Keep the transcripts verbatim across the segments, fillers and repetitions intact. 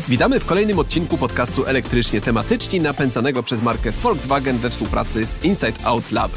Witamy w kolejnym odcinku podcastu Elektrycznie Tematyczni napędzanego przez markę Volkswagen we współpracy z Inside Out Lab.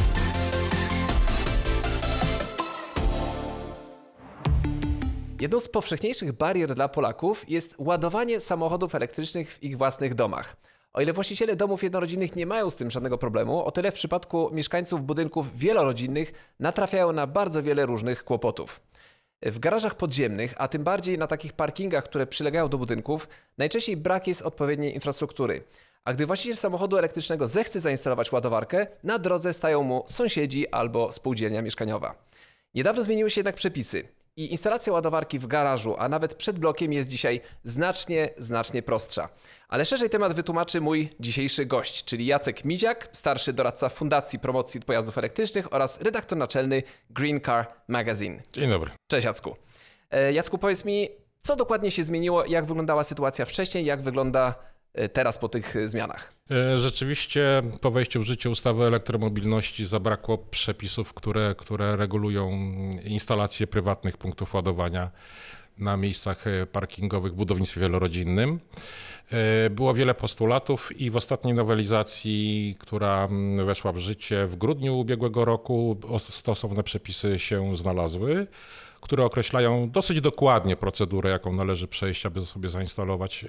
Jedną z powszechniejszych barier dla Polaków jest ładowanie samochodów elektrycznych w ich własnych domach. O ile właściciele domów jednorodzinnych nie mają z tym żadnego problemu, o tyle w przypadku mieszkańców budynków wielorodzinnych natrafiają na bardzo wiele różnych kłopotów. W garażach podziemnych, a tym bardziej na takich parkingach, które przylegają do budynków, najczęściej brak jest odpowiedniej infrastruktury. A gdy właściciel samochodu elektrycznego zechce zainstalować ładowarkę, na drodze stają mu sąsiedzi albo spółdzielnia mieszkaniowa. Niedawno zmieniły się jednak przepisy i instalacja ładowarki w garażu, a nawet przed blokiem jest dzisiaj znacznie, znacznie prostsza. Ale szerzej temat wytłumaczy mój dzisiejszy gość, czyli Jacek Midziak, starszy doradca Fundacji Promocji Pojazdów Elektrycznych oraz redaktor naczelny Green Car Magazine. Dzień dobry. Cześć Jacku. E, Jacku, powiedz mi, co dokładnie się zmieniło, jak wyglądała sytuacja wcześniej, jak wygląda teraz po tych zmianach? Rzeczywiście po wejściu w życie ustawy o elektromobilności zabrakło przepisów, które, które regulują instalację prywatnych punktów ładowania na miejscach parkingowych w budownictwie wielorodzinnym. Było wiele postulatów i w ostatniej nowelizacji, która weszła w życie w grudniu ubiegłego roku, stosowne przepisy się znalazły, które określają dosyć dokładnie procedurę, jaką należy przejść, aby sobie zainstalować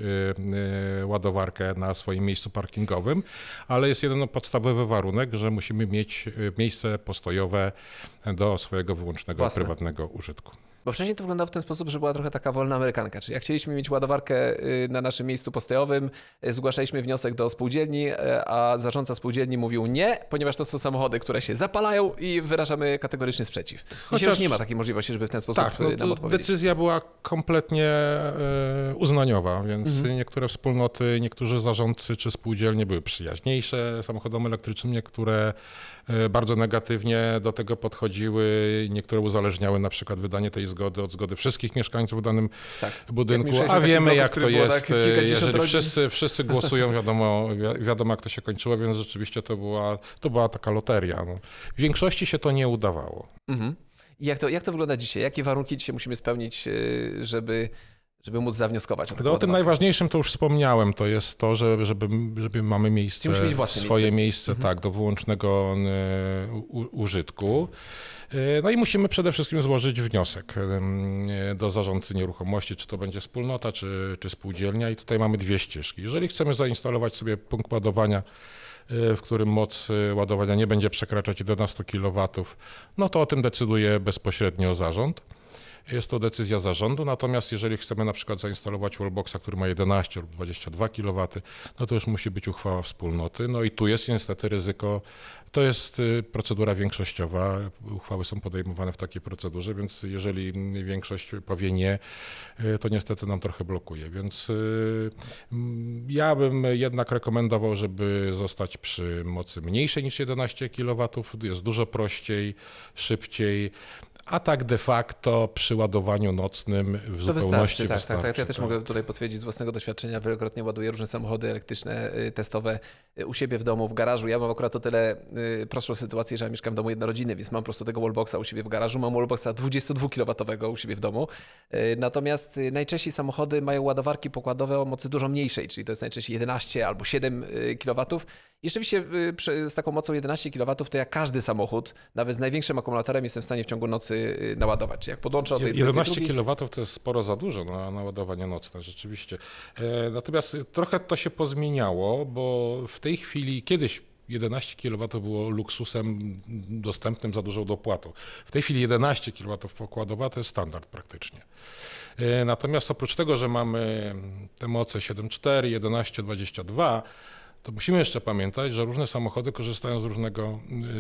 ładowarkę na swoim miejscu parkingowym, ale jest jeden podstawowy warunek, że musimy mieć miejsce postojowe do swojego wyłącznego Własne. prywatnego użytku. Bo wcześniej to wyglądało w ten sposób, że była trochę taka wolna amerykanka, czyli jak chcieliśmy mieć ładowarkę na naszym miejscu postojowym, zgłaszaliśmy wniosek do spółdzielni, a zarządca spółdzielni mówił nie, ponieważ to są samochody, które się zapalają i wyrażamy kategoryczny sprzeciw. Dzisiaj Chociaż już nie ma takiej możliwości, żeby w ten sposób tak, no nam odpowiedzieć. Decyzja była kompletnie uznaniowa, więc mhm. niektóre wspólnoty, niektórzy zarządcy czy spółdzielnie były przyjaźniejsze samochodom elektrycznym, niektóre bardzo negatywnie do tego podchodziły, niektóre uzależniały na przykład wydanie tej zgody od zgody wszystkich mieszkańców w danym tak. budynku, a wiemy bloku, jak to jest, tak jeżeli wszyscy, wszyscy głosują, wiadomo, wi- wiadomo jak to się kończyło, więc rzeczywiście to była, to była taka loteria. No. W większości się to nie udawało. Mhm. I jak to, jak to wygląda dzisiaj? Jakie warunki dzisiaj musimy spełnić, żeby... żeby móc zawnioskować o taką No o tym najważniejszym to już wspomniałem, to jest to, że żeby, żeby mamy miejsce, swoje miejsce, miejsce mhm. tak, do wyłącznego u, użytku. No i musimy przede wszystkim złożyć wniosek do zarządcy nieruchomości, czy to będzie wspólnota, czy, czy spółdzielnia i tutaj mamy dwie ścieżki. Jeżeli chcemy zainstalować sobie punkt ładowania, w którym moc ładowania nie będzie przekraczać jedenaście kilowatów, no to o tym decyduje bezpośrednio zarząd. Jest to decyzja zarządu, natomiast jeżeli chcemy na przykład zainstalować wallboxa, który ma jedenaście lub dwadzieścia dwa kilowatów, no to już musi być uchwała wspólnoty. No i tu jest niestety ryzyko, to jest procedura większościowa, uchwały są podejmowane w takiej procedurze, więc jeżeli większość powie nie, to niestety nam trochę blokuje. Więc ja bym jednak rekomendował, żeby zostać przy mocy mniejszej niż jedenaście kilowatów, jest dużo prościej, szybciej. A tak de facto przy ładowaniu nocnym w to zupełności wystarczy. Tak, wystarczy. tak, tak. Ja też tak. mogę tutaj potwierdzić z własnego doświadczenia. Wielokrotnie ładuję różne samochody elektryczne, testowe u siebie w domu, w garażu. Ja mam akurat o tyle prostszą sytuację, że ja mieszkam w domu jednorodzinnym, więc mam po prostu tego wallboxa u siebie w garażu. Mam wallboxa dwudziestodwukilowatowego u siebie w domu. Natomiast najczęściej samochody mają ładowarki pokładowe o mocy dużo mniejszej, czyli to jest najczęściej jedenaście albo siedem kilowatów. I rzeczywiście z taką mocą jedenaście kilowatów to jak każdy samochód, nawet z największym akumulatorem jestem w stanie w ciągu nocy naładować. Czy jak podłączę o tej jedenaście drugiej... kilowatów to jest sporo za dużo na, na ładowanie nocne, rzeczywiście. E, natomiast trochę to się pozmieniało, bo w tej chwili, kiedyś jedenaście kilowatów było luksusem dostępnym za dużą dopłatą. W tej chwili jedenaście kilowatów pokładowa to jest standard praktycznie. E, natomiast oprócz tego, że mamy te moce siedem cztery, jedenaście, dwadzieścia dwa, to musimy jeszcze pamiętać, że różne samochody korzystają z różnego,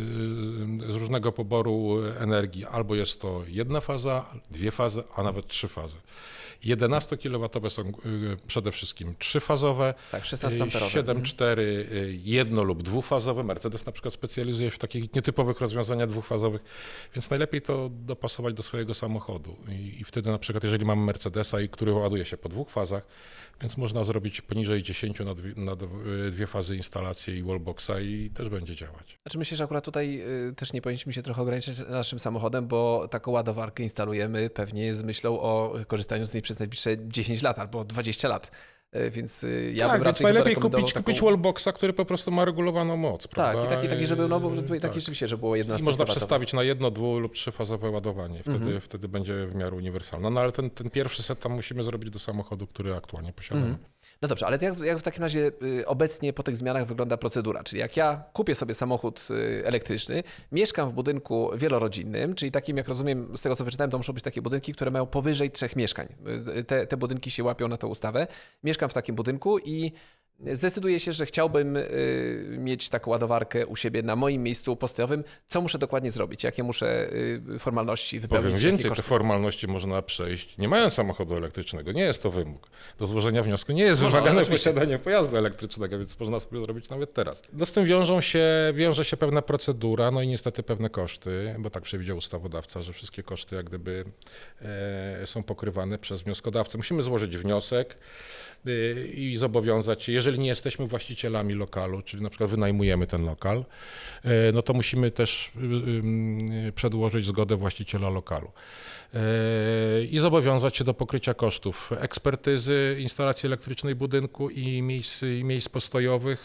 z różnego poboru energii. Albo jest to jedna faza, dwie fazy, a nawet trzy fazy. jedenastokilowatowe są przede wszystkim trzyfazowe, tak, szesnastoamperowe. siedem cztery jedno- lub dwufazowe. Mercedes na przykład specjalizuje się w takich nietypowych rozwiązaniach dwufazowych, więc najlepiej to dopasować do swojego samochodu. I, i wtedy na przykład jeżeli mamy Mercedesa, i który ładuje się po dwóch fazach, więc można zrobić poniżej dziesięć na dwie, na dwie fazy instalacji i wallboxa i też będzie działać. Znaczy myślę, że akurat tutaj y, też nie powinniśmy się trochę ograniczyć naszym samochodem, bo taką ładowarkę instalujemy pewnie z myślą o korzystaniu z niej przez najbliższe dziesięć lat albo dwadzieścia lat. Więc ja tak, bym więc raczej najlepiej kupić, taką... kupić wallboxa, który po prostu ma regulowaną moc, prawda? Tak, i taki, taki żeby, no, bo taki tak. rzeczywiście, żeby było jedenaście I można kilowatowe. przestawić na jedno, dwu lub trzyfazowe ładowanie. Wtedy, mhm. wtedy będzie w miarę uniwersalne. No ale ten, ten pierwszy set tam musimy zrobić do samochodu, który aktualnie posiadamy. Mhm. No dobrze, ale jak, jak w takim razie y, obecnie po tych zmianach wygląda procedura? Czyli jak ja kupię sobie samochód y, elektryczny, mieszkam w budynku wielorodzinnym, czyli takim, jak rozumiem, z tego co wyczytałem, to muszą być takie budynki, które mają powyżej trzech mieszkań. Y, te, te budynki się łapią na tę ustawę. Mieszkam w takim budynku i zdecyduję się, że chciałbym y, mieć taką ładowarkę u siebie na moim miejscu postojowym. Co muszę dokładnie zrobić? Jakie muszę y, formalności wypełnić? Powiem więcej, te formalności można przejść, nie mając samochodu elektrycznego. Nie jest to wymóg. Do złożenia wniosku nie jest Można, wymagane oczywiście. posiadanie pojazdu elektrycznego, więc można sobie zrobić nawet teraz. No z tym wiążą się, wiąże się pewna procedura, no i niestety pewne koszty, bo tak przewidział ustawodawca, że wszystkie koszty jak gdyby e, są pokrywane przez wnioskodawcę. Musimy złożyć wniosek y, i zobowiązać się, jeżeli nie jesteśmy właścicielami lokalu, czyli na przykład wynajmujemy ten lokal, no to musimy też przedłożyć zgodę właściciela lokalu i zobowiązać się do pokrycia kosztów ekspertyzy instalacji elektrycznej budynku i miejsc, i miejsc postojowych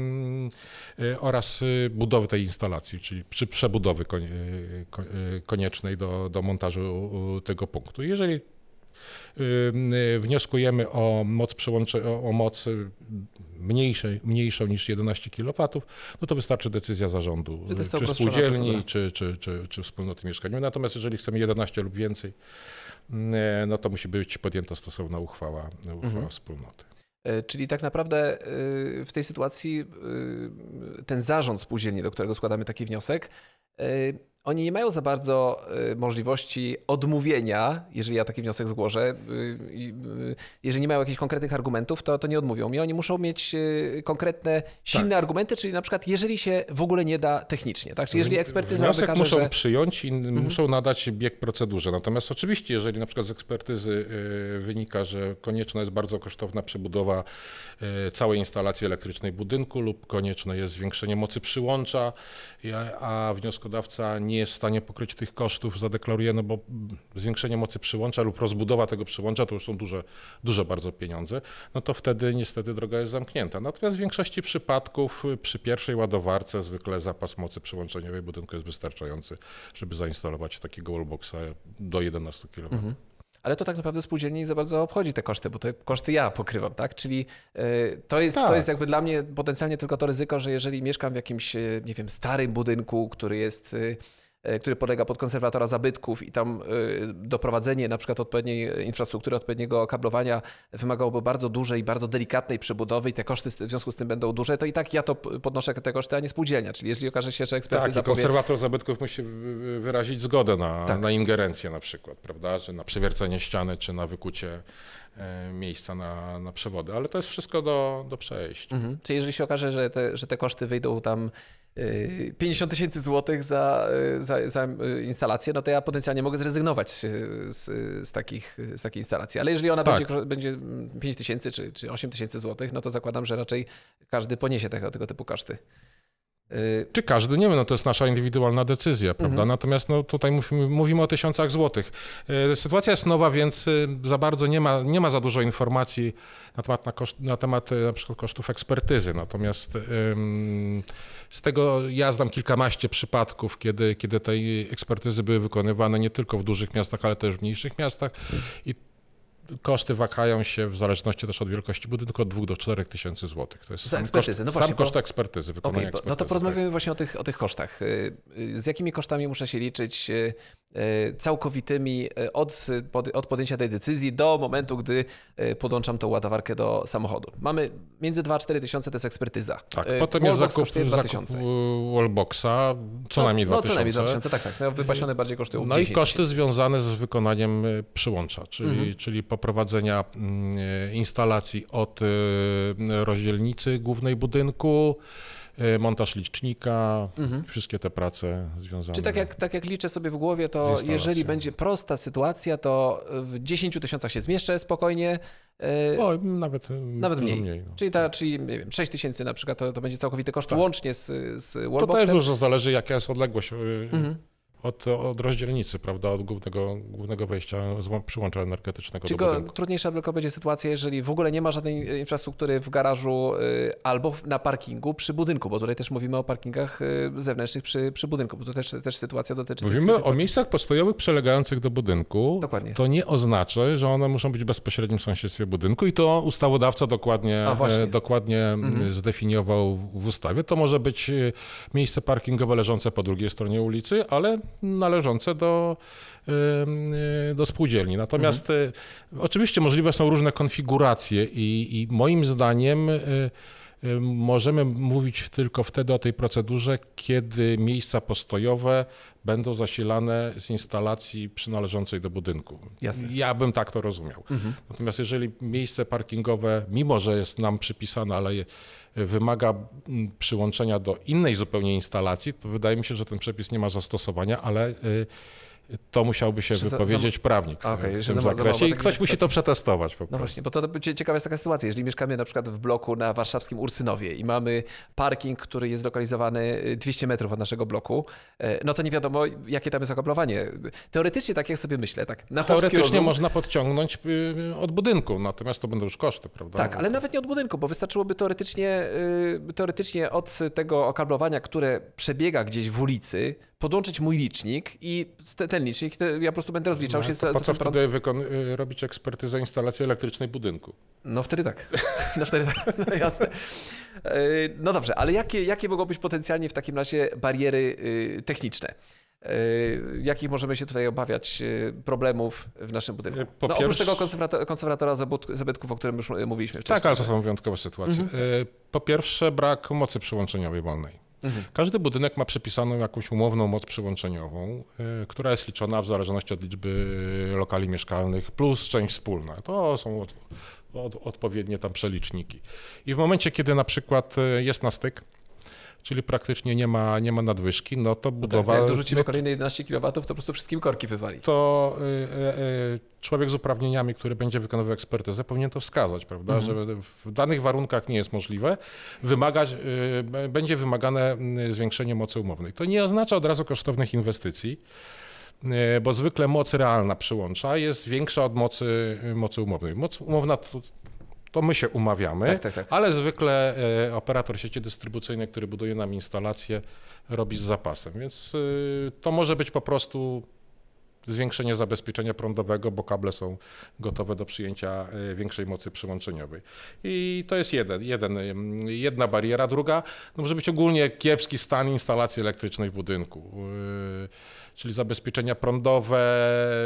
oraz budowy tej instalacji, czyli przy przebudowy koniecznej do, do montażu tego punktu. Jeżeli wnioskujemy o moc przyłącze, o moc mniejszej, mniejszą niż jedenaście kilowatów, no to wystarczy decyzja zarządu, czy spółdzielni, czy, czy, czy, czy wspólnoty mieszkaniowej. Natomiast jeżeli chcemy jedenaście lub więcej, no to musi być podjęta stosowna uchwała, uchwała mhm. wspólnoty. Czyli tak naprawdę w tej sytuacji ten zarząd spółdzielni, do którego składamy taki wniosek, oni nie mają za bardzo możliwości odmówienia, jeżeli ja taki wniosek zgłoszę. Jeżeli nie mają jakichś konkretnych argumentów, to, to nie odmówią mi. Oni muszą mieć konkretne, silne tak. argumenty, czyli na przykład jeżeli się w ogóle nie da technicznie. Tak? Czyli jeżeli ekspertyza wniosek wykaże, muszą że... przyjąć i mhm. muszą nadać bieg procedurze. Natomiast oczywiście, jeżeli na przykład z ekspertyzy wynika, że konieczna jest bardzo kosztowna przebudowa całej instalacji elektrycznej budynku lub konieczne jest zwiększenie mocy przyłącza, a wnioskodawca nie jest w stanie pokryć tych kosztów, zadeklaruje, no bo zwiększenie mocy przyłącza lub rozbudowa tego przyłącza to już są duże, duże bardzo pieniądze, no to wtedy niestety droga jest zamknięta. Natomiast w większości przypadków przy pierwszej ładowarce zwykle zapas mocy przyłączeniowej budynku jest wystarczający, żeby zainstalować takiego wallboxa do jedenastu kilowatów. Mhm. Ale to tak naprawdę spółdzielni za bardzo obchodzi te koszty, bo te koszty ja pokrywam, tak? Czyli y, to, jest, tak. to jest jakby dla mnie potencjalnie tylko to ryzyko, że jeżeli mieszkam w jakimś, nie wiem, starym budynku, który jest... Y, który podlega pod konserwatora zabytków i tam doprowadzenie na przykład odpowiedniej infrastruktury, odpowiedniego kablowania wymagałoby bardzo dużej, bardzo delikatnej przebudowy i te koszty w związku z tym będą duże, to i tak ja to podnoszę te koszty, a nie spółdzielnia. Czyli jeżeli okaże się, że ekspertyza Tak, i konserwator powie... zabytków musi wyrazić zgodę na, tak. na ingerencję na przykład, prawda, że na przewiercenie ściany, czy na wykucie miejsca na, na przewody, ale to jest wszystko do, do przejścia. Mhm. Czyli jeżeli się okaże, że te, że te koszty wyjdą tam pięćdziesiąt tysięcy złotych za, za, za instalację, no to ja potencjalnie mogę zrezygnować z, z, takich, z takiej instalacji. Ale jeżeli ona tak. będzie, będzie pięć tysięcy czy, czy osiem tysięcy złotych, no to zakładam, że raczej każdy poniesie tego, tego typu koszty. Czy każdy? Nie wiem, no to jest nasza indywidualna decyzja, prawda? Mhm. Natomiast no, tutaj mówimy, mówimy o tysiącach złotych. Sytuacja jest nowa, więc za bardzo nie ma, nie ma za dużo informacji na temat, na, koszt, na temat na przykład kosztów ekspertyzy. Natomiast ym, z tego ja znam kilkanaście przypadków, kiedy, kiedy te ekspertyzy były wykonywane nie tylko w dużych miastach, ale też w mniejszych miastach. I koszty wahają się w zależności też od wielkości budynku od dwóch do czterech tysięcy złotych. To jest za sam ekspertyzy. Koszt, No właśnie, sam koszt ekspertyzy, wykonania okay, ekspertyzy. No to porozmawiamy tak. właśnie o tych, o tych kosztach. Z jakimi kosztami muszę się liczyć całkowitymi od, od podjęcia tej decyzji do momentu, gdy podłączam tą ładowarkę do samochodu? Mamy między dwa a cztery tysiące, to jest ekspertyza. Tak, potem jest zakup, zakup wallboxa, co no, najmniej dwa tysiące. No co najmniej dwa tysiące, tak, tak. No, wypasione bardziej kosztują No dziesięć i koszty tysięcy. związane z wykonaniem przyłącza, czyli, mhm. czyli poprowadzenia instalacji od rozdzielnicy głównej budynku, montaż licznika, mhm. wszystkie te prace związane. Czy tak jak, tak jak liczę sobie w głowie, to jeżeli będzie prosta sytuacja, to w dziesięciu tysiącach się zmieszczę spokojnie. O, nawet, nawet mniej. mniej no. Czyli, ta, czyli nie wiem, sześć tysięcy na przykład to, to będzie całkowity koszt tak. łącznie z, z Wallboxem. To też dużo zależy, jaka jest odległość mhm. od, od rozdzielnicy, prawda, od głównego, głównego wejścia przyłącza energetycznego Czyli do budynku. Trudniejsza tylko będzie sytuacja, jeżeli w ogóle nie ma żadnej infrastruktury w garażu y, albo na parkingu przy budynku, bo tutaj też mówimy o parkingach y, zewnętrznych przy, przy budynku, bo to też, też sytuacja dotyczy... Mówimy tych, o miejscach postojowych przylegających do budynku. Dokładnie. To nie oznacza, że one muszą być w bezpośrednim sąsiedztwie budynku i to ustawodawca dokładnie, e, dokładnie mhm. zdefiniował w ustawie. To może być miejsce parkingowe leżące po drugiej stronie ulicy, ale należące do, do spółdzielni. Natomiast mhm. oczywiście możliwe są różne konfiguracje i, i moim zdaniem możemy mówić tylko wtedy o tej procedurze, kiedy miejsca postojowe będą zasilane z instalacji przynależącej do budynku. Jasne. Ja bym tak to rozumiał. Mhm. Natomiast jeżeli miejsce parkingowe, mimo że jest nam przypisane, ale wymaga przyłączenia do innej zupełnie instalacji, to wydaje mi się, że ten przepis nie ma zastosowania, ale to musiałby się Czy wypowiedzieć za, prawnik w, okay, tym, w tym zakresie i ktoś musi to przetestować po no prostu. Właśnie, bo to ciekawa jest taka sytuacja, jeżeli mieszkamy na przykład w bloku na warszawskim Ursynowie i mamy parking, który jest zlokalizowany dwieście metrów od naszego bloku, no to nie wiadomo, jakie tam jest okablowanie. Teoretycznie, tak jak sobie myślę, tak na Teoretycznie rozum, można podciągnąć od budynku, natomiast to będą już koszty, prawda? Tak, ale nawet nie od budynku, bo wystarczyłoby teoretycznie, teoretycznie od tego okablowania, które przebiega gdzieś w ulicy, podłączyć mój licznik i ten licznik, ja po prostu będę rozliczał no, się za, po za co ten prąd. wtedy wykon- robić ekspertyzę instalacji elektrycznej budynku? No wtedy tak, no wtedy tak, no jasne. No dobrze, ale jakie, jakie mogą być potencjalnie w takim razie bariery techniczne? Jakich możemy się tutaj obawiać problemów w naszym budynku? Po no, pierwsze... Oprócz tego konserwatora, konserwatora zabytków, o którym już mówiliśmy wcześniej. Tak, ale to są wyjątkowe sytuacje. Mhm. Po pierwsze brak mocy przyłączeniowej wolnej. Mhm. Każdy budynek ma przepisaną jakąś umowną moc przyłączeniową, y, która jest liczona w zależności od liczby lokali mieszkalnych plus część wspólna. To są od, od, odpowiednie tam przeliczniki. I w momencie, kiedy na przykład jest na styk, czyli praktycznie nie ma, nie ma nadwyżki, no to budowa... No tak, jak dorzucimy no, kolejne jedenaście kilowatów, to po prostu wszystkim korki wywali. To y, y, człowiek z uprawnieniami, który będzie wykonywał ekspertyzę, powinien to wskazać, prawda, mhm. że w danych warunkach nie jest możliwe, wymagać, y, będzie wymagane zwiększenie mocy umownej. To nie oznacza od razu kosztownych inwestycji, y, bo zwykle moc realna przyłącza jest większa od mocy, mocy umownej. Moc umowna to, to my się umawiamy, tak, tak, tak. ale zwykle y, operator sieci dystrybucyjnej, który buduje nam instalację, robi z zapasem, więc y, to może być po prostu zwiększenie zabezpieczenia prądowego, bo kable są gotowe do przyjęcia większej mocy przyłączeniowej. I to jest jeden, jeden, jedna bariera. Druga, no może być ogólnie kiepski stan instalacji elektrycznej w budynku, yy, czyli zabezpieczenia prądowe,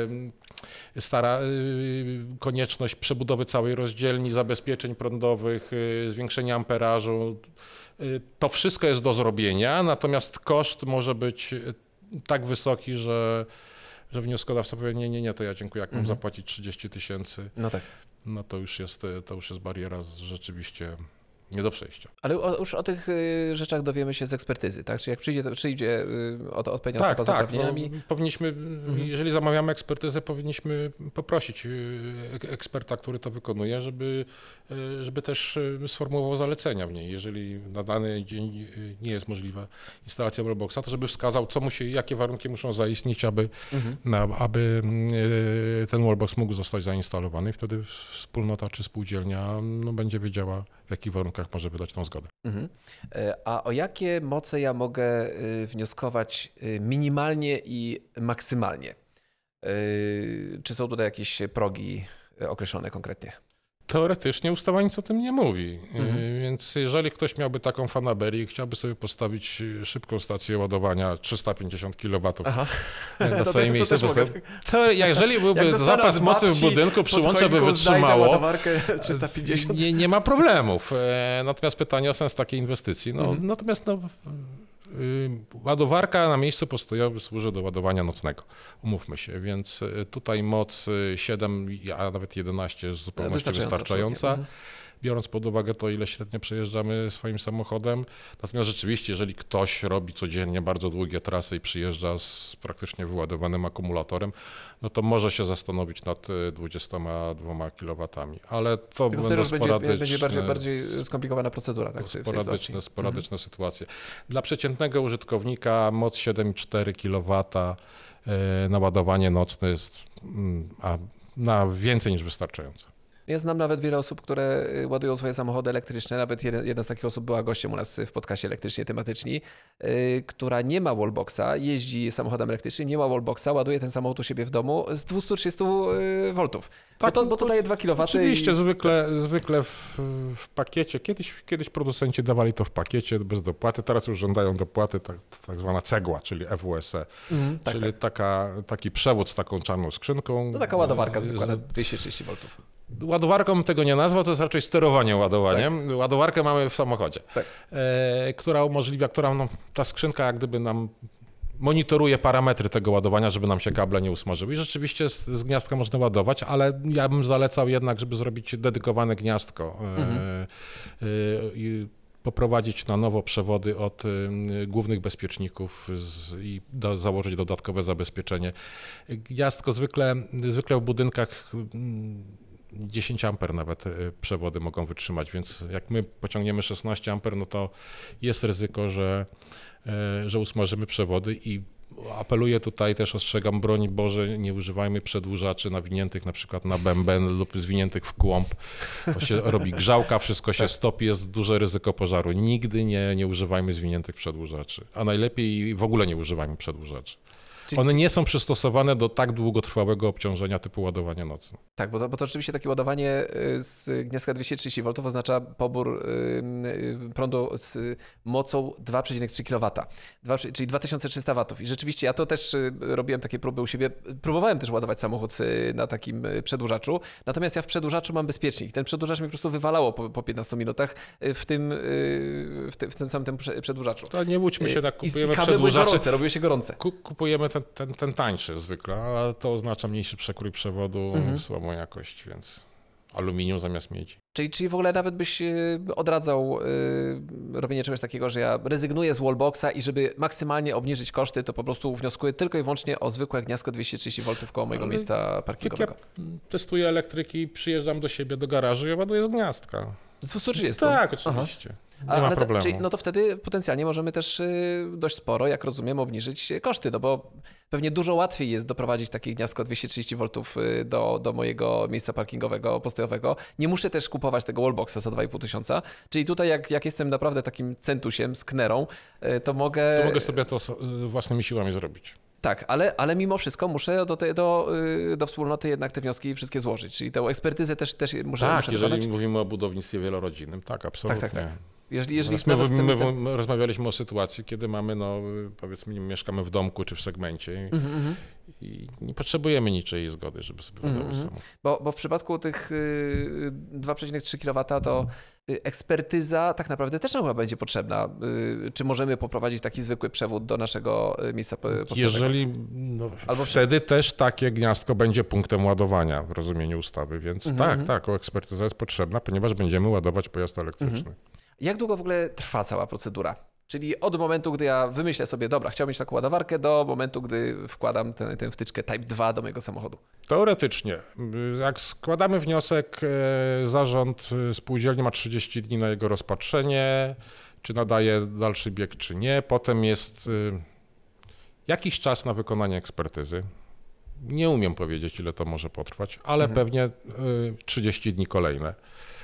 stara, yy, konieczność przebudowy całej rozdzielni, zabezpieczeń prądowych, yy, zwiększenia amperażu. Yy, to wszystko jest do zrobienia, natomiast koszt może być tak wysoki, że że wnioskodawca powie, nie, nie, nie, to ja dziękuję, jak mam mhm. zapłacić trzydzieści tysięcy, no tak. no to już jest, to już jest bariera rzeczywiście nie do przejścia. Ale o, już o tych y, rzeczach dowiemy się z ekspertyzy, tak? Czyli jak przyjdzie, przyjdzie y, od, odpowiednia tak, osoba tak, z uprawnieniami... No, powinniśmy, mhm. jeżeli zamawiamy ekspertyzę, powinniśmy poprosić eksperta, który to wykonuje, żeby, żeby też sformułował zalecenia w niej. Jeżeli na dany dzień nie jest możliwa instalacja wallboxa, to żeby wskazał, co musi, jakie warunki muszą zaistnieć, aby, mhm. na, aby ten wallbox mógł zostać zainstalowany. I wtedy wspólnota czy spółdzielnia no, będzie wiedziała, w jakich warunkach może wydać tą zgodę. Mhm. A o jakie moce ja mogę wnioskować minimalnie i maksymalnie? Czy są tutaj jakieś progi określone konkretnie? Teoretycznie ustawa nic o tym nie mówi, mhm. więc jeżeli ktoś miałby taką fanaberię i chciałby sobie postawić szybką stację ładowania trzysta pięćdziesiąt kilowatów Aha. na swoje miejsce, to, to jeżeli byłby zapas mocy w budynku, przyłącze by wytrzymało, trzysta pięćdziesiąt. Nie, nie ma problemów. Natomiast pytanie o sens takiej inwestycji. No, mhm. Natomiast no, ładowarka na miejscu postojowym służy do ładowania nocnego, umówmy się, więc tutaj moc siedem, a nawet jedenaście jest zupełnie wystarczająca. wystarczająca. Biorąc pod uwagę to, ile średnio przejeżdżamy swoim samochodem. Natomiast rzeczywiście, jeżeli ktoś robi codziennie bardzo długie trasy i przyjeżdża z praktycznie wyładowanym akumulatorem, no to może się zastanowić nad dwudziestoma dwoma kilowatami. Ale to Tylko będą będzie, sporadyczne, będzie bardziej, bardziej skomplikowana procedura. Tak, w tej, sporadyczne w tej sporadyczne mhm. sytuacje. Dla przeciętnego użytkownika moc siedem i cztery kilowata na ładowanie nocne jest a, na więcej niż wystarczające. Ja znam nawet wiele osób, które ładują swoje samochody elektryczne. Nawet jeden, jedna z takich osób była gościem u nas w podcaście Elektrycznie Tematyczni, yy, która nie ma wallboxa, jeździ samochodem elektrycznym, nie ma wallboxa, ładuje ten samochód u siebie w domu z dwieście trzydzieści woltów. Tak, bo, to, bo to daje dwa kilowaty. Oczywiście, i... zwykle, zwykle w, w pakiecie. Kiedyś, kiedyś producenci dawali to w pakiecie bez dopłaty, teraz już żądają dopłaty, tak, tak zwana cegła, czyli F W S E, mm, tak, czyli tak. Taka, taki przewód z taką czarną skrzynką. No taka ładowarka zwykła na dwieście trzydzieści woltów. Ładowarką tego nie nazwał, to jest raczej sterowanie ładowaniem. Tak. Ładowarkę mamy w samochodzie, tak. e, która umożliwia, która no, ta skrzynka jak gdyby nam monitoruje parametry tego ładowania, żeby nam się kable nie usmażyły. I rzeczywiście z, z gniazdka można ładować, ale ja bym zalecał jednak, żeby zrobić dedykowane gniazdko mhm. e, e, i poprowadzić na nowo przewody od y, głównych bezpieczników z, i do, założyć dodatkowe zabezpieczenie. Gniazdko zwykle, zwykle w budynkach y, dziesięć amper nawet przewody mogą wytrzymać, więc jak my pociągniemy szesnaście amper, no to jest ryzyko, że, że usmażymy przewody i apeluję tutaj też, ostrzegam, broń Boże, nie używajmy przedłużaczy nawiniętych na przykład na bęben lub zwiniętych w kłąb, bo się robi grzałka, wszystko się stopi, jest duże ryzyko pożaru. Nigdy nie, nie używajmy zwiniętych przedłużaczy, a najlepiej w ogóle nie używajmy przedłużaczy. Czyli, One nie są przystosowane do tak długotrwałego obciążenia typu ładowania nocne. Tak, bo to, bo to rzeczywiście takie ładowanie z gniazdka dwieście trzydzieści woltów oznacza pobór prądu z mocą dwa przecinek trzy kilowata, czyli dwa tysiące trzysta watów. I rzeczywiście ja to też robiłem takie próby u siebie. Próbowałem też ładować samochód na takim przedłużaczu, natomiast ja w przedłużaczu mam bezpiecznik. Ten przedłużacz mi po prostu wywalało po, po piętnastu minutach w tym, w, tym, w tym samym tym przedłużaczu. To nie łudźmy się, tak kupujemy I przedłużacze. Gorące, robiły się gorące. Kupujemy ten, ten, ten tańszy zwykle, ale to oznacza mniejszy przekrój przewodu, mhm. słabą jakość, więc aluminium zamiast miedzi. Czyli, czyli w ogóle nawet byś odradzał yy, robienie czegoś takiego, że ja rezygnuję z wallboxa i żeby maksymalnie obniżyć koszty, to po prostu wnioskuję tylko i wyłącznie o zwykłe gniazdko dwieście trzydzieści woltów koło mojego ale miejsca parkingowego. Ja testuję elektryki, przyjeżdżam do siebie do garażu i ładuję z gniazdka. Z dwieście trzydzieści? Tak, oczywiście. Aha. Nie ma ale problemu. To, czyli, no to wtedy potencjalnie możemy też dość sporo, jak rozumiem, obniżyć koszty, no bo pewnie dużo łatwiej jest doprowadzić takie gniazdko dwieście trzydzieści woltów do, do mojego miejsca parkingowego, postojowego. Nie muszę też kupować tego wallboxa za dwa i pół tysiąca, czyli tutaj jak, jak jestem naprawdę takim centusiem, sknerą, to mogę... To mogę sobie to własnymi siłami zrobić. Tak, ale, ale mimo wszystko muszę do, te, do, do wspólnoty jednak te wnioski wszystkie złożyć, czyli tę ekspertyzę też, też muszę Tak, muszę jeżeli wykonać. mówimy o budownictwie wielorodzinnym, tak, absolutnie. Tak, tak, tak. Jeżeli, jeżeli my, my, my ten... rozmawialiśmy o sytuacji, kiedy mamy, no powiedzmy, mieszkamy w domku czy w segmencie mm-hmm. i nie potrzebujemy niczyjej zgody, żeby sobie budować mm-hmm. samochód. Bo, bo w przypadku tych y, dwa przecinek trzy kilowata to y, ekspertyza tak naprawdę też nam chyba będzie potrzebna. Y, czy możemy poprowadzić taki zwykły przewód do naszego miejsca postojowego? Jeżeli, no, Albo wtedy przy... też takie gniazdko będzie punktem ładowania w rozumieniu ustawy, więc mm-hmm. tak, tak, ekspertyza jest potrzebna, ponieważ będziemy ładować pojazd elektryczny. Mm-hmm. Jak długo w ogóle trwa cała procedura? Czyli od momentu, gdy ja wymyślę sobie, dobra, chciałbym mieć taką ładowarkę, do momentu, gdy wkładam tę, tę wtyczkę Type dwa do mojego samochodu. Teoretycznie. Jak składamy wniosek, zarząd spółdzielni ma trzydzieści dni na jego rozpatrzenie, czy nadaje dalszy bieg, czy nie. Potem jest jakiś czas na wykonanie ekspertyzy. Nie umiem powiedzieć, ile to może potrwać, ale mhm. pewnie trzydzieści dni kolejne.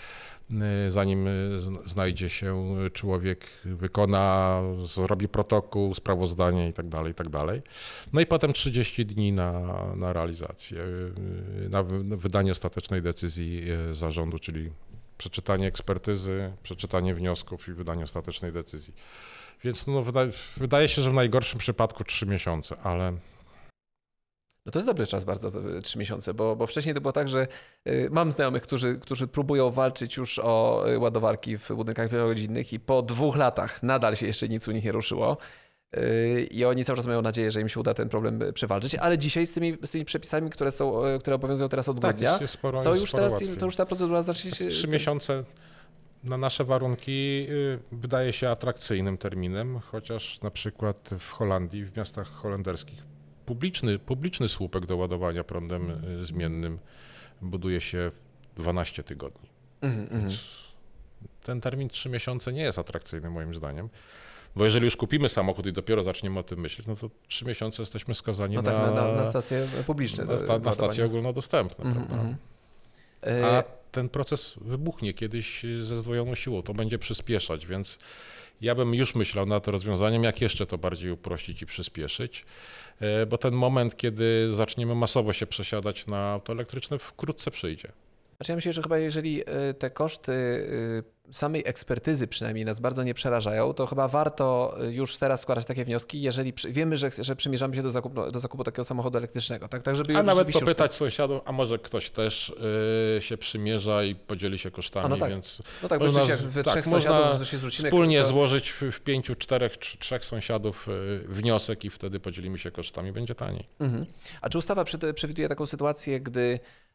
Zanim znajdzie się człowiek, wykona, zrobi protokół, sprawozdanie i tak dalej, i tak dalej. No i potem trzydzieści dni na, na realizację, na wydanie ostatecznej decyzji zarządu, czyli przeczytanie ekspertyzy, przeczytanie wniosków i wydanie ostatecznej decyzji. Więc no, wydaje, wydaje się, że w najgorszym przypadku trzy miesiące, ale... No to jest dobry czas bardzo, trzy miesiące, bo, bo wcześniej to było tak, że y, mam znajomych, którzy, którzy próbują walczyć już o ładowarki w budynkach wielorodzinnych i po dwóch latach nadal się jeszcze nic u nich nie ruszyło. i oni cały czas mają nadzieję, że im się uda ten problem przewalczyć, ale dzisiaj z tymi, z tymi przepisami, które są, które obowiązują teraz od tak, grudnia, sporo, to już teraz łatwiej. to już ta procedura zacznie się... Trzy miesiące na nasze warunki wydaje się atrakcyjnym terminem, chociaż na przykład w Holandii, w miastach holenderskich publiczny, publiczny słupek do ładowania prądem zmiennym buduje się dwanaście tygodni. Mm-hmm. Ten termin trzy miesiące nie jest atrakcyjny moim zdaniem. Bo jeżeli już kupimy samochód i dopiero zaczniemy o tym myśleć, no to trzy miesiące jesteśmy skazani no na, tak, na, na stacje publiczne. Na, sta, na stacje ogólnodostępne, mm-hmm. prawda? A ten proces wybuchnie kiedyś ze zdwojoną siłą, to będzie przyspieszać, więc ja bym już myślał nad rozwiązaniem, jak jeszcze to bardziej uprościć i przyspieszyć, bo ten moment, kiedy zaczniemy masowo się przesiadać na auto elektryczne, wkrótce przyjdzie. Znaczy ja myślę, że chyba jeżeli te koszty samej ekspertyzy przynajmniej nas bardzo nie przerażają, to chyba warto już teraz składać takie wnioski, jeżeli przy, wiemy, że, że przymierzamy się do zakupu, do zakupu takiego samochodu elektrycznego. Tak, tak żeby a nawet popytać już... sąsiadów, a może ktoś też yy, się przymierza i podzieli się kosztami, no tak. więc no tak, można, jak we tak, trzech można sąsiadów się zwrócimy, wspólnie to... złożyć złożyć w, w pięciu, czterech, tr, trzech sąsiadów yy, wniosek i wtedy podzielimy się kosztami, będzie taniej. Mhm. A czy ustawa przewiduje taką sytuację, gdy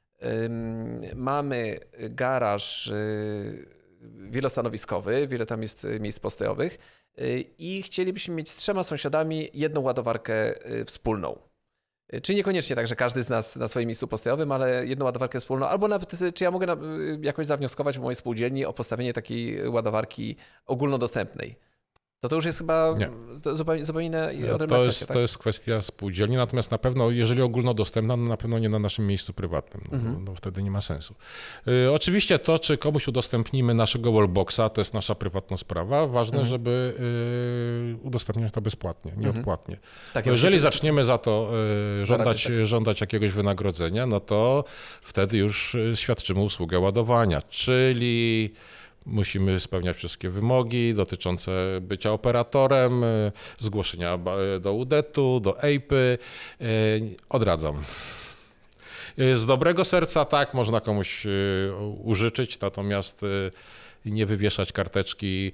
mamy garaż wielostanowiskowy, wiele tam jest miejsc postojowych i chcielibyśmy mieć z trzema sąsiadami jedną ładowarkę wspólną. Czy niekoniecznie tak, że każdy z nas na swoim miejscu postojowym, ale jedną ładowarkę wspólną, albo nawet czy ja mogę jakoś zawnioskować w mojej spółdzielni o postawienie takiej ładowarki ogólnodostępnej. To to już jest chyba to zupełnie, zupełnie inna odrębna to kwestia. Jest, tak? To jest kwestia spółdzielni, natomiast na pewno, jeżeli ogólnodostępna, no na pewno nie na naszym miejscu prywatnym, no, mhm. no wtedy nie ma sensu. Y, oczywiście to, czy komuś udostępnimy naszego wallboxa, to jest nasza prywatna sprawa. Ważne, mhm. żeby y, udostępniać to bezpłatnie, nieodpłatnie. Mhm. Tak, jeżeli zaczniemy za to y, żądać, tak. żądać jakiegoś wynagrodzenia, no to wtedy już świadczymy usługę ładowania, czyli musimy spełniać wszystkie wymogi dotyczące bycia operatorem, zgłoszenia do U D E-tu, do E I P-y. Odradzam. Z dobrego serca tak, można komuś użyczyć, natomiast nie wywieszać karteczki.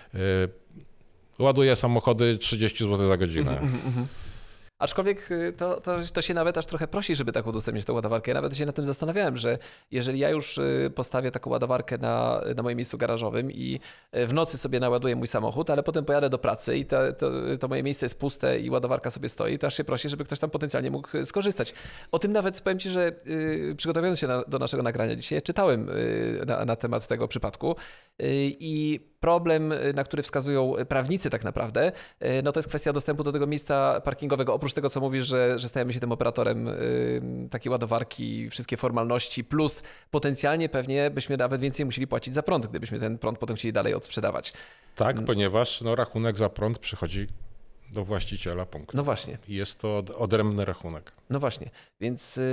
Ładuję samochody trzydzieści złotych za godzinę. Aczkolwiek to, to, to się nawet aż trochę prosi, żeby tak udostępnić tę ładowarkę. Ja nawet się nad tym zastanawiałem, że jeżeli ja już postawię taką ładowarkę na, na moim miejscu garażowym i w nocy sobie naładuję mój samochód, ale potem pojadę do pracy i to, to, to moje miejsce jest puste i ładowarka sobie stoi, to aż się prosi, żeby ktoś tam potencjalnie mógł skorzystać. O tym nawet powiem Ci, że yy, przygotowując się na, do naszego nagrania dzisiaj, czytałem yy, na, na temat tego przypadku yy, i problem, na który wskazują prawnicy tak naprawdę, no to jest kwestia dostępu do tego miejsca parkingowego. Oprócz tego, co mówisz, że, że stajemy się tym operatorem y, takiej ładowarki, wszystkie formalności, plus potencjalnie pewnie byśmy nawet więcej musieli płacić za prąd, gdybyśmy ten prąd potem chcieli dalej odsprzedawać. Tak, hmm. ponieważ no, rachunek za prąd przychodzi do właściciela punktu. No właśnie. I jest to odrębny rachunek. No właśnie, więc yy,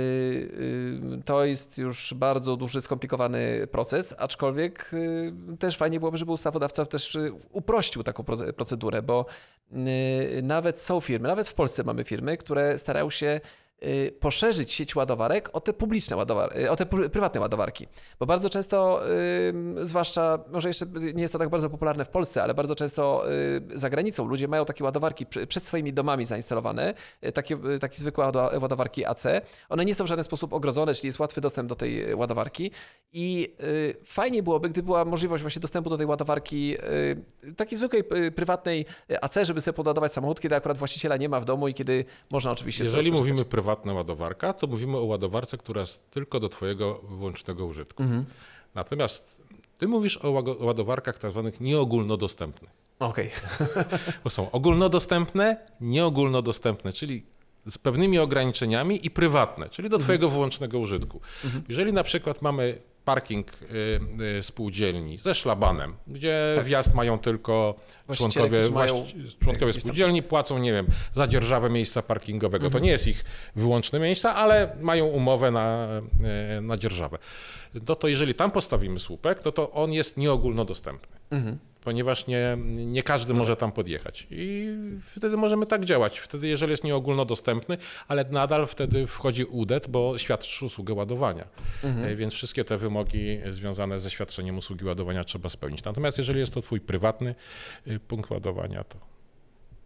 yy, to jest już bardzo duży, skomplikowany proces, aczkolwiek yy, też fajnie byłoby, żeby ustawodawca też uprościł taką procedurę, bo yy, nawet są firmy, nawet w Polsce mamy firmy, które starają się poszerzyć sieć ładowarek o te publiczne ładowarki, o te prywatne ładowarki. Bo bardzo często, yy, zwłaszcza, może jeszcze nie jest to tak bardzo popularne w Polsce, ale bardzo często yy, za granicą ludzie mają takie ładowarki przed swoimi domami zainstalowane, yy, takie, yy, takie zwykłe ładowarki A C. One nie są w żaden sposób ogrodzone, czyli jest łatwy dostęp do tej ładowarki i yy, fajnie byłoby, gdyby była możliwość właśnie dostępu do tej ładowarki yy, takiej zwykłej, yy, prywatnej A C, żeby sobie podładować samochód, kiedy akurat właściciela nie ma w domu i kiedy można oczywiście... Jeżeli mówimy prywatna ładowarka, to mówimy o ładowarce, która jest tylko do twojego wyłącznego użytku. Mhm. Natomiast ty mówisz o ładowarkach tak zwanych nieogólnodostępnych. Okej. Okay. Bo są ogólnodostępne, nieogólnodostępne, czyli z pewnymi ograniczeniami i prywatne, czyli do twojego mhm. wyłącznego użytku. Mhm. Jeżeli na przykład mamy parking y, y, spółdzielni ze szlabanem, gdzie tak. wjazd mają tylko członkowie, mają... członkowie spółdzielni, płacą, nie wiem, za dzierżawę miejsca parkingowego. Mhm. To nie jest ich wyłączne miejsca, ale mają umowę na, y, na dzierżawę. No to jeżeli tam postawimy słupek, no to on jest nieogólnodostępny. Mhm. Ponieważ nie, nie każdy no. może tam podjechać. I wtedy możemy tak działać. Wtedy, jeżeli jest nieogólnodostępny, ale nadal wtedy wchodzi U D E T, bo świadczy usługę ładowania. Mhm. Więc wszystkie te wymogi związane ze świadczeniem usługi ładowania trzeba spełnić. Natomiast jeżeli jest to twój prywatny punkt ładowania, to...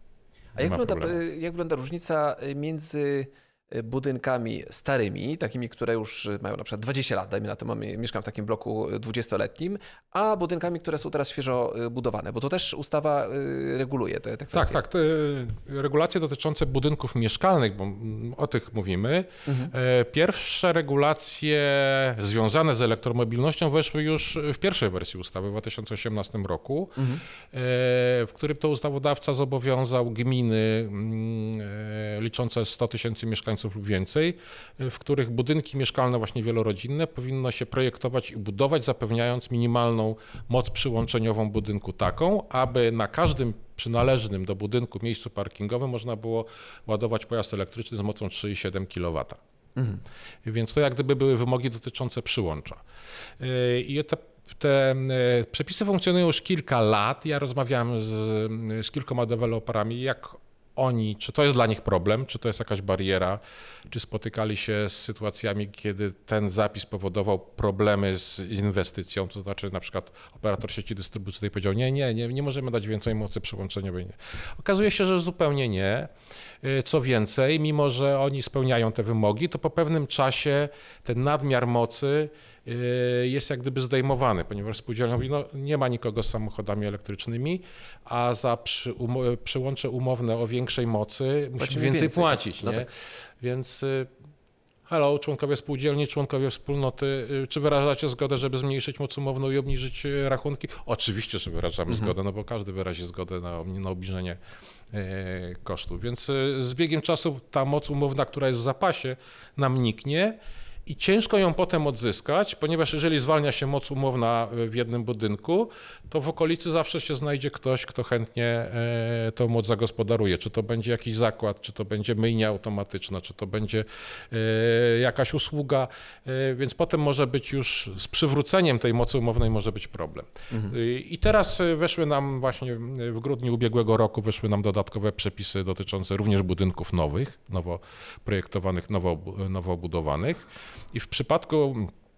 A jak wygląda, jak wygląda różnica między budynkami starymi, takimi, które już mają na przykład dwadzieścia lat, dajmy na to, mamy, mieszkam w takim bloku dwudziestoletnim, a budynkami, które są teraz świeżo budowane, bo to też ustawa reguluje te, te kwestie. Tak, tak. Te regulacje dotyczące budynków mieszkalnych, bo o tych mówimy. Mhm. Pierwsze regulacje związane z elektromobilnością weszły już w pierwszej wersji ustawy w dwa tysiące osiemnastym roku, mhm. w którym to ustawodawca zobowiązał gminy liczące sto tysięcy mieszkańców lub więcej, w których budynki mieszkalne właśnie wielorodzinne powinno się projektować i budować, zapewniając minimalną moc przyłączeniową budynku taką, aby na każdym przynależnym do budynku miejscu parkingowym można było ładować pojazd elektryczny z mocą trzy i siedem kilowata. Mhm. Więc to jak gdyby były wymogi dotyczące przyłącza. I te Te przepisy funkcjonują już kilka lat. Ja rozmawiałem z, z kilkoma deweloperami, jak oni, czy to jest dla nich problem, czy to jest jakaś bariera, czy spotykali się z sytuacjami, kiedy ten zapis powodował problemy z inwestycją, to znaczy na przykład operator sieci dystrybucyjnej powiedział, nie, nie, nie, nie możemy dać więcej mocy przyłączeniowej. Nie. Okazuje się, że zupełnie nie. Co więcej, mimo że oni spełniają te wymogi, to po pewnym czasie ten nadmiar mocy jest jak gdyby zdejmowany, ponieważ spółdzielnia mówi, no nie ma nikogo z samochodami elektrycznymi, a za przy, um, przyłącze umowne o większej mocy musimy więcej, więcej płacić. No nie? Tak. Więc hello, członkowie spółdzielni, członkowie wspólnoty, czy wyrażacie zgodę, żeby zmniejszyć moc umowną i obniżyć rachunki? Oczywiście, że wyrażamy mhm. zgodę, no bo każdy wyrazi zgodę na, na obniżenie e, kosztów. Więc z biegiem czasu ta moc umowna, która jest w zapasie, nam niknie. I ciężko ją potem odzyskać, ponieważ jeżeli zwalnia się moc umowna w jednym budynku, to w okolicy zawsze się znajdzie ktoś, kto chętnie tą moc zagospodaruje. Czy to będzie jakiś zakład, czy to będzie myjnia automatyczna, czy to będzie jakaś usługa, więc potem może być już z przywróceniem tej mocy umownej może być problem. Mhm. I teraz weszły nam właśnie w grudniu ubiegłego roku weszły nam dodatkowe przepisy dotyczące również budynków nowych, nowo projektowanych, nowo, nowo budowanych. I w przypadku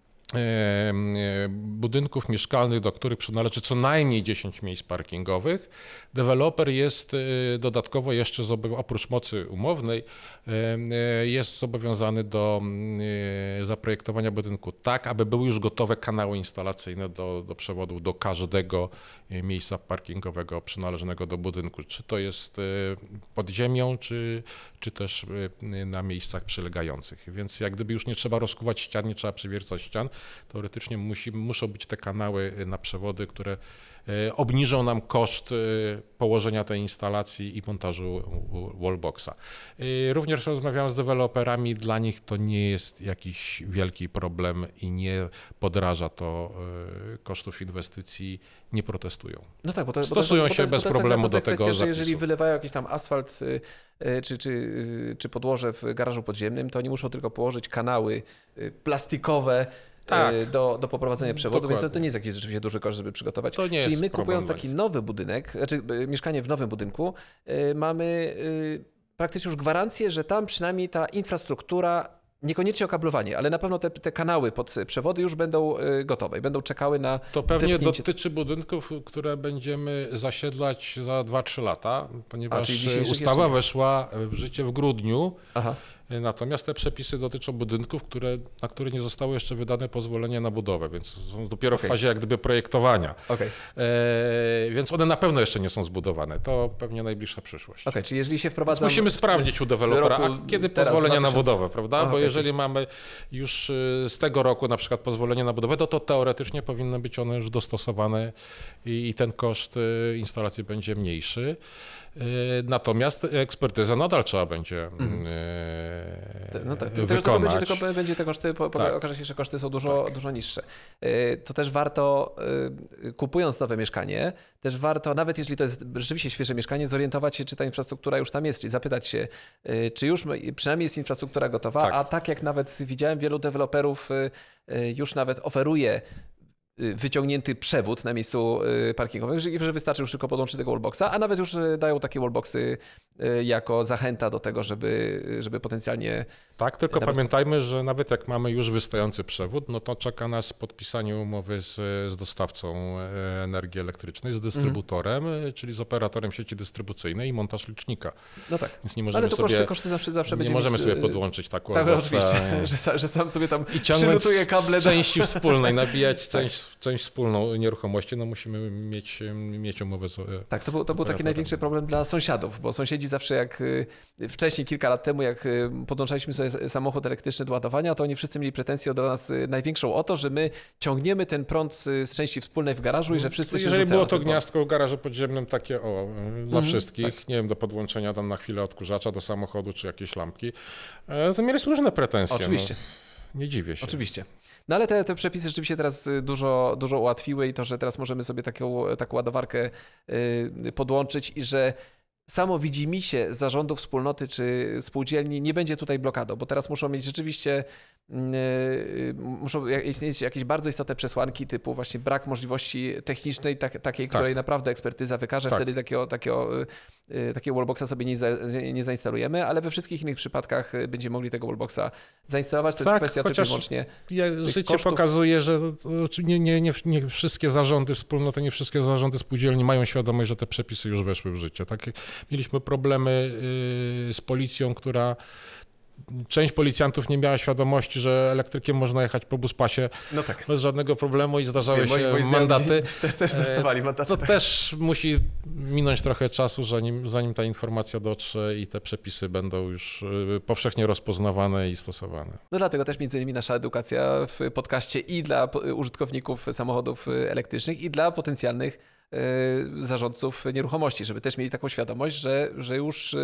budynków mieszkalnych, do których przynależy co najmniej dziesięć miejsc parkingowych, deweloper jest dodatkowo jeszcze, oprócz mocy umownej, jest zobowiązany do zaprojektowania budynku tak, aby były już gotowe kanały instalacyjne do, do przewodów do każdego miejsca parkingowego przynależnego do budynku. Czy to jest pod ziemią, czy, czy też na miejscach przylegających. Więc jak gdyby już nie trzeba rozkuwać ścian, nie trzeba przywiercać ścian, teoretycznie musi, muszą być te kanały na przewody, które obniżą nam koszt położenia tej instalacji i montażu wallboxa. Również rozmawiałem z deweloperami, dla nich to nie jest jakiś wielki problem i nie podraża to kosztów inwestycji, nie protestują. No tak, bo to, Stosują bo to, się bo to jest, bez problemu do tego kwestia, że zapisu. Jeżeli wylewają jakiś tam asfalt czy, czy, czy podłoże w garażu podziemnym, to oni muszą tylko położyć kanały plastikowe, tak, do, do poprowadzenia przewodu, dokładnie. Więc to nie jest jakiś rzeczywiście duży koszt, żeby przygotować. To nie Czyli jest my kupując problem. taki nowy budynek, znaczy mieszkanie w nowym budynku, mamy praktycznie już gwarancję, że tam przynajmniej ta infrastruktura, niekoniecznie okablowanie, ale na pewno te, te kanały pod przewody już będą gotowe i będą czekały na To pewnie wepchnięcie. dotyczy budynków, które będziemy zasiedlać za dwa trzy lata, ponieważ A, ustawa weszła w życie w grudniu. Aha. Natomiast te przepisy dotyczą budynków, które, na które nie zostało jeszcze wydane pozwolenie na budowę, więc są dopiero okay. w fazie jak gdyby projektowania. Okay. E, więc one na pewno jeszcze nie są zbudowane. To pewnie najbliższa przyszłość. Okej, okay, czyli jeżeli się wprowadza... Musimy sprawdzić u dewelopera, a kiedy pozwolenia na budowę, prawda? A, Bo okay. jeżeli mamy już z tego roku na przykład pozwolenie na budowę, to, to teoretycznie powinny być one już dostosowane i, i ten koszt instalacji będzie mniejszy. Natomiast ekspertyzę nadal trzeba będzie mhm. no tak, wykonać. Tylko będzie, tylko będzie te koszty, po, tak. okaże się, że koszty są dużo, tak. dużo niższe. To też warto, kupując nowe mieszkanie, też warto, nawet jeżeli to jest rzeczywiście świeże mieszkanie, zorientować się, czy ta infrastruktura już tam jest, czyli zapytać się, czy już przynajmniej jest infrastruktura gotowa, tak. a tak jak nawet widziałem, wielu deweloperów już nawet oferuje wyciągnięty przewód na miejscu parkingowym, że wystarczy już tylko podłączyć tego wallboxa, a nawet już dają takie wallboxy jako zachęta do tego, żeby, żeby potencjalnie... Tak, tylko pamiętajmy, że nawet jak mamy już wystający przewód, no to czeka nas podpisanie umowy z, z dostawcą energii elektrycznej, z dystrybutorem, mm. czyli z operatorem sieci dystrybucyjnej i montaż licznika. No tak, więc nie możemy ale to sobie, koszty, koszty zawsze, zawsze nie będzie możemy mieć... sobie podłączyć tak Tak, oczywiście, że, że sam sobie tam przylutuje kable. Z części wspólnej, nabijać część, część wspólną nieruchomości, no musimy mieć, mieć umowę z... Tak, to był, to był taki największy problem dla sąsiadów, bo sąsiedzi zawsze jak wcześniej, kilka lat temu, jak podłączaliśmy sobie samochód elektryczny do ładowania, to oni wszyscy mieli pretensję do nas największą o to, że my ciągniemy ten prąd z części wspólnej w garażu i że wszyscy się Jeżeli było to ten gniazdko w garażu podziemnym takie o, dla mm, wszystkich, tak. nie wiem, do podłączenia tam na chwilę odkurzacza do samochodu czy jakieś lampki, to mieli różne pretensje. Oczywiście. No, nie dziwię się. Oczywiście. No ale te, te przepisy rzeczywiście teraz dużo, dużo ułatwiły i to, że teraz możemy sobie taką, taką ładowarkę yy, podłączyć i że samo widzimisię zarządu wspólnoty czy spółdzielni nie będzie tutaj blokadą, bo teraz muszą mieć rzeczywiście yy, muszą istnieć jakieś bardzo istotne przesłanki typu właśnie brak możliwości technicznej, tak, takiej, tak. której naprawdę ekspertyza wykaże, tak. wtedy takiego, takiego, yy, takiego wallboxa sobie nie, za, nie zainstalujemy, ale we wszystkich innych przypadkach będziemy mogli tego wallboxa zainstalować. To tak, jest kwestia tylko i wyłącznie życie kosztów. pokazuje, że nie, nie, nie, nie wszystkie zarządy wspólnoty, nie wszystkie zarządy spółdzielni mają świadomość, że te przepisy już weszły w życie. Tak? Mieliśmy problemy z policją, która część policjantów nie miała świadomości, że elektrykiem można jechać po buspasie no tak. bez żadnego problemu i zdarzały Wiem, się moi, moi mandaty. Też, też dostawali mandaty. To też musi minąć trochę czasu, zanim, zanim ta informacja dotrze i te przepisy będą już powszechnie rozpoznawane i stosowane. No dlatego też między innymi nasza edukacja w podcaście i dla użytkowników samochodów elektrycznych i dla potencjalnych zarządców nieruchomości, żeby też mieli taką świadomość, że, że już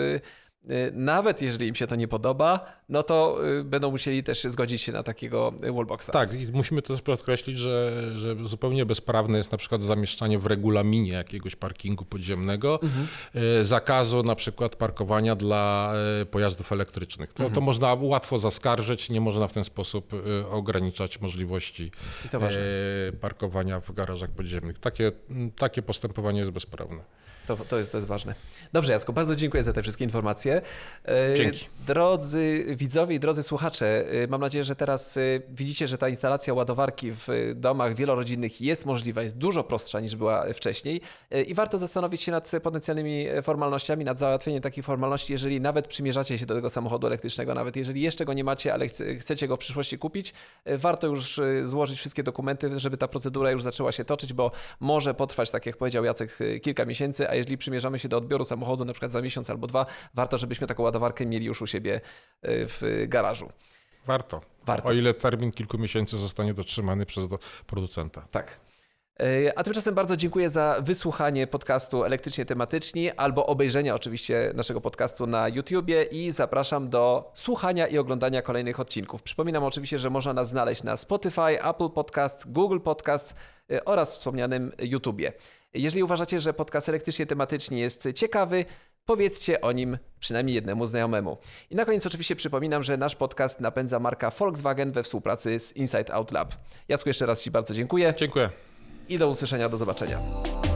nawet jeżeli im się to nie podoba, no to będą musieli też zgodzić się na takiego wallboxa. Tak, i musimy też podkreślić, że, że zupełnie bezprawne jest na przykład zamieszczanie w regulaminie jakiegoś parkingu podziemnego mhm. zakazu na przykład parkowania dla pojazdów elektrycznych. To, mhm. to można łatwo zaskarżyć, nie można w ten sposób ograniczać możliwości parkowania w garażach podziemnych. Takie, takie postępowanie jest bezprawne. To, to, jest, to jest ważne. Dobrze, Jacku, bardzo dziękuję za te wszystkie informacje. Dzięki. Drodzy widzowie i drodzy słuchacze, mam nadzieję, że teraz widzicie, że ta instalacja ładowarki w domach wielorodzinnych jest możliwa, jest dużo prostsza niż była wcześniej i warto zastanowić się nad potencjalnymi formalnościami, nad załatwieniem takich formalności, jeżeli nawet przymierzacie się do tego samochodu elektrycznego, nawet jeżeli jeszcze go nie macie, ale chcecie go w przyszłości kupić, warto już złożyć wszystkie dokumenty, żeby ta procedura już zaczęła się toczyć, bo może potrwać, tak jak powiedział Jacek, kilka miesięcy, a jeżeli przymierzamy się do odbioru samochodu na przykład za miesiąc albo dwa, warto, żebyśmy taką ładowarkę mieli już u siebie w garażu. Warto. Warto. O ile termin kilku miesięcy zostanie dotrzymany przez do producenta. Tak. A tymczasem bardzo dziękuję za wysłuchanie podcastu Elektrycznie Tematyczni albo obejrzenia oczywiście naszego podcastu na YouTubie i zapraszam do słuchania i oglądania kolejnych odcinków. Przypominam oczywiście, że można nas znaleźć na Spotify, Apple Podcasts, Google Podcasts oraz wspomnianym YouTubie. Jeżeli uważacie, że podcast Elektrycznie Tematyczni jest ciekawy, powiedzcie o nim przynajmniej jednemu znajomemu. I na koniec oczywiście przypominam, że nasz podcast napędza marka Volkswagen we współpracy z Inside Out Lab. Jacku, jeszcze raz Ci bardzo dziękuję. Dziękuję. I do usłyszenia, do zobaczenia.